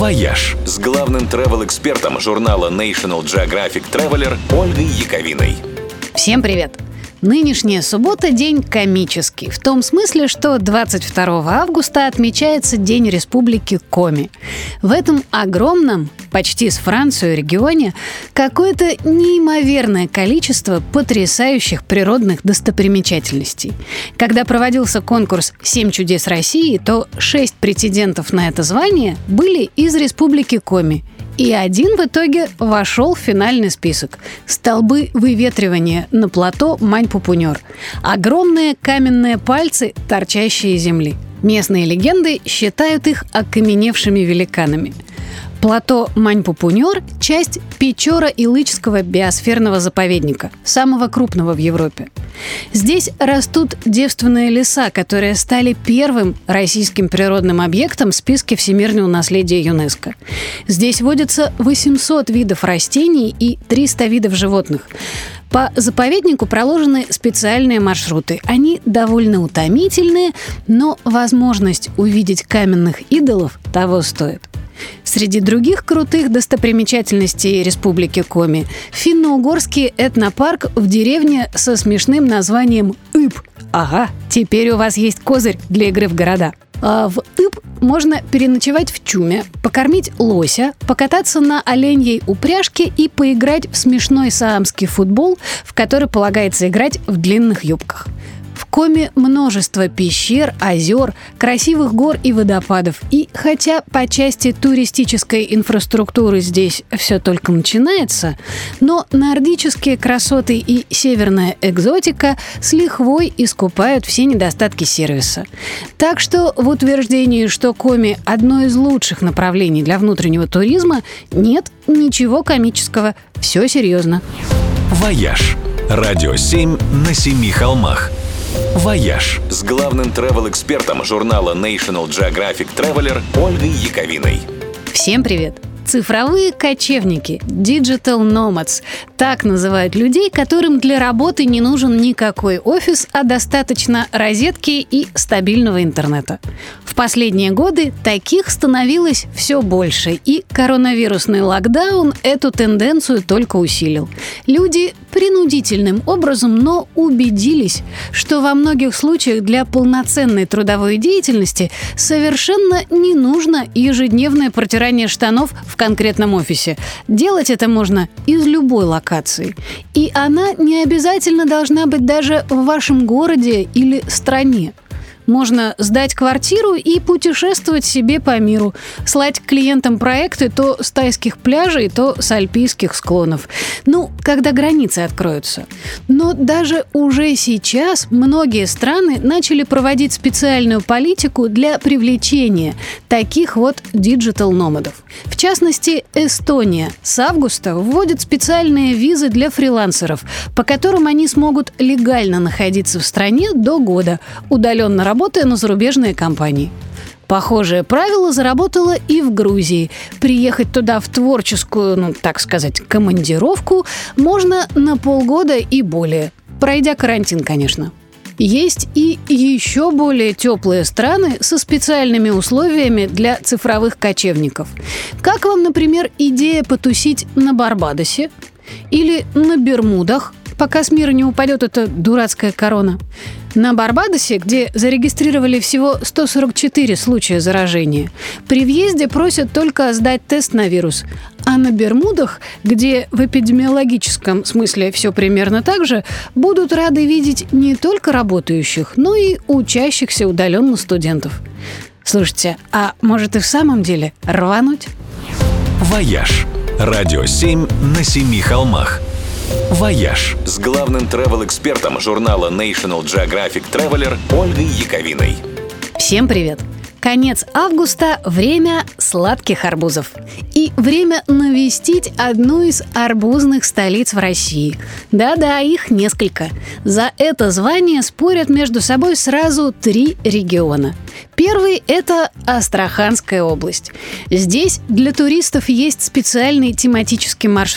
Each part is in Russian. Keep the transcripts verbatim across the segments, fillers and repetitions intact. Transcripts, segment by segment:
«Вояж» с главным travel-экспертом журнала National Geographic Traveler Ольгой Яковиной. Всем привет! Нынешняя суббота – день комический, в том смысле, что двадцать второго августа отмечается День Республики Коми. В этом огромном, почти с Францией регионе, какое-то неимоверное количество потрясающих природных достопримечательностей. Когда проводился конкурс «Семь чудес России», то шесть претендентов на это звание были из Республики Коми. И один в итоге вошел в финальный список. Столбы выветривания на плато Мань-Пупунер. Огромные каменные пальцы, торчащие из земли. Местные легенды считают их окаменевшими великанами. Плато Мань-Пупунер – часть Печора-Илычского биосферного заповедника, самого крупного в Европе. Здесь растут девственные леса, которые стали первым российским природным объектом в списке всемирного наследия ЮНЕСКО. Здесь водятся восемьсот видов растений и триста видов животных. По заповеднику проложены специальные маршруты. Они довольно утомительные, но возможность увидеть каменных идолов того стоит. Среди других крутых достопримечательностей Республики Коми – финно-угорский этнопарк в деревне со смешным названием Иб. Ага, теперь у вас есть козырь для игры в города. А в Иб можно переночевать в чуме, покормить лося, покататься на оленьей упряжке и поиграть в смешной саамский футбол, в который полагается играть в длинных юбках. В Коми множество пещер, озер, красивых гор и водопадов. И хотя по части туристической инфраструктуры здесь все только начинается, но нордические красоты и северная экзотика с лихвой искупают все недостатки сервиса. Так что в утверждении, что Коми – одно из лучших направлений для внутреннего туризма, нет ничего комического. Все серьезно. «Вояж» – радио семь на семи холмах. «Вояж» с главным travel-экспертом журнала National Geographic Traveler Ольгой Яковиной. Всем привет! Цифровые кочевники, digital nomads – так называют людей, которым для работы не нужен никакой офис, а достаточно розетки и стабильного интернета. В последние годы таких становилось все больше, и коронавирусный локдаун эту тенденцию только усилил. Люди принудительным образом, но убедились, что во многих случаях для полноценной трудовой деятельности совершенно не нужно ежедневное протирание штанов в конкретном офисе. Делать это можно из любой локации. И она не обязательно должна быть даже в вашем городе или стране. Можно сдать квартиру и путешествовать себе по миру, слать клиентам проекты то с тайских пляжей, то с альпийских склонов. Ну, когда границы откроются. Но даже уже сейчас многие страны начали проводить специальную политику для привлечения таких вот диджитал-номадов. В частности, Эстония с августа вводит специальные визы для фрилансеров, по которым они смогут легально находиться в стране до года, удаленно работая работая на зарубежные компании. Похожее правило заработало и в Грузии. Приехать туда в творческую, ну, так сказать, командировку можно на полгода и более. Пройдя карантин, конечно. Есть и еще более теплые страны со специальными условиями для цифровых кочевников. Как вам, например, идея потусить на Барбадосе или на Бермудах, пока с мира не упадет эта дурацкая корона? На Барбадосе, где зарегистрировали всего сто сорок четыре случая заражения, при въезде просят только сдать тест на вирус. А на Бермудах, где в эпидемиологическом смысле все примерно так же, будут рады видеть не только работающих, но и учащихся удаленно студентов. Слушайте, а может и в самом деле рвануть? «Вояж» – радио семь на семи холмах. «Вояж» с главным travel-экспертом журнала National Geographic Traveler Ольгой Яковиной. Всем привет! Конец августа – время сладких арбузов. И время навестить одну из арбузных столиц в России. Да-да, их несколько. За это звание спорят между собой сразу три региона. Первый – это Астраханская область. Здесь для туристов есть специальный тематический маршрут –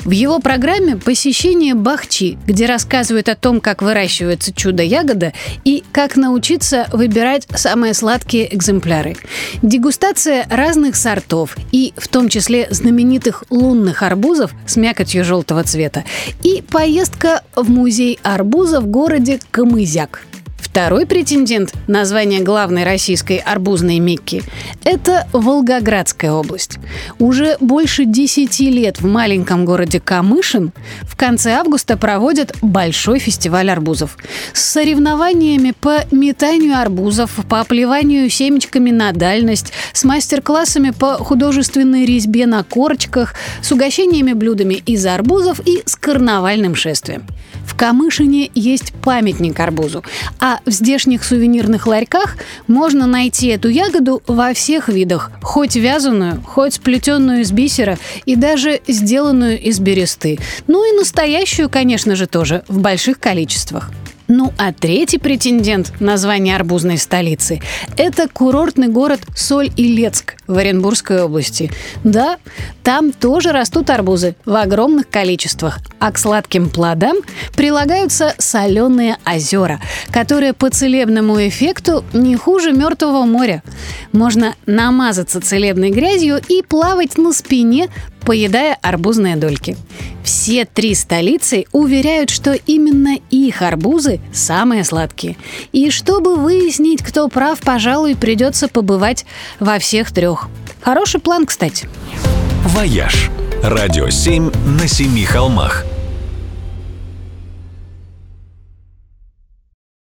В его программе посещение бахчи, где рассказывают о том, как выращивается чудо-ягода и как научиться выбирать самые сладкие экземпляры. Дегустация разных сортов и в том числе знаменитых лунных арбузов с мякотью желтого цвета и поездка в музей арбуза в городе Камызяк. Второй претендент на звание главной российской арбузной Мекки – это Волгоградская область. Уже больше десяти лет в маленьком городе Камышин в конце августа проводят большой фестиваль арбузов с соревнованиями по метанию арбузов, по оплеванию семечками на дальность, с мастер-классами по художественной резьбе на корочках, с угощениями блюдами из арбузов и с карнавальным шествием. В Камышине есть памятник арбузу, а в здешних сувенирных ларьках можно найти эту ягоду во всех видах, хоть вязаную, хоть сплетенную из бисера и даже сделанную из бересты. Ну и настоящую, конечно же, тоже в больших количествах. Ну а третий претендент на звание арбузной столицы – это курортный город Соль-Илецк в Оренбургской области. Да, там тоже растут арбузы в огромных количествах, а к сладким плодам прилагаются соленые озера, которые по целебному эффекту не хуже Мертвого моря. Можно намазаться целебной грязью и плавать на спине, поедая арбузные дольки. Все три столицы уверяют, что именно их арбузы самые сладкие. И чтобы выяснить, кто прав, пожалуй, придется побывать во всех трех. Хороший план, кстати. «Вояж». Радио семь на семи холмах.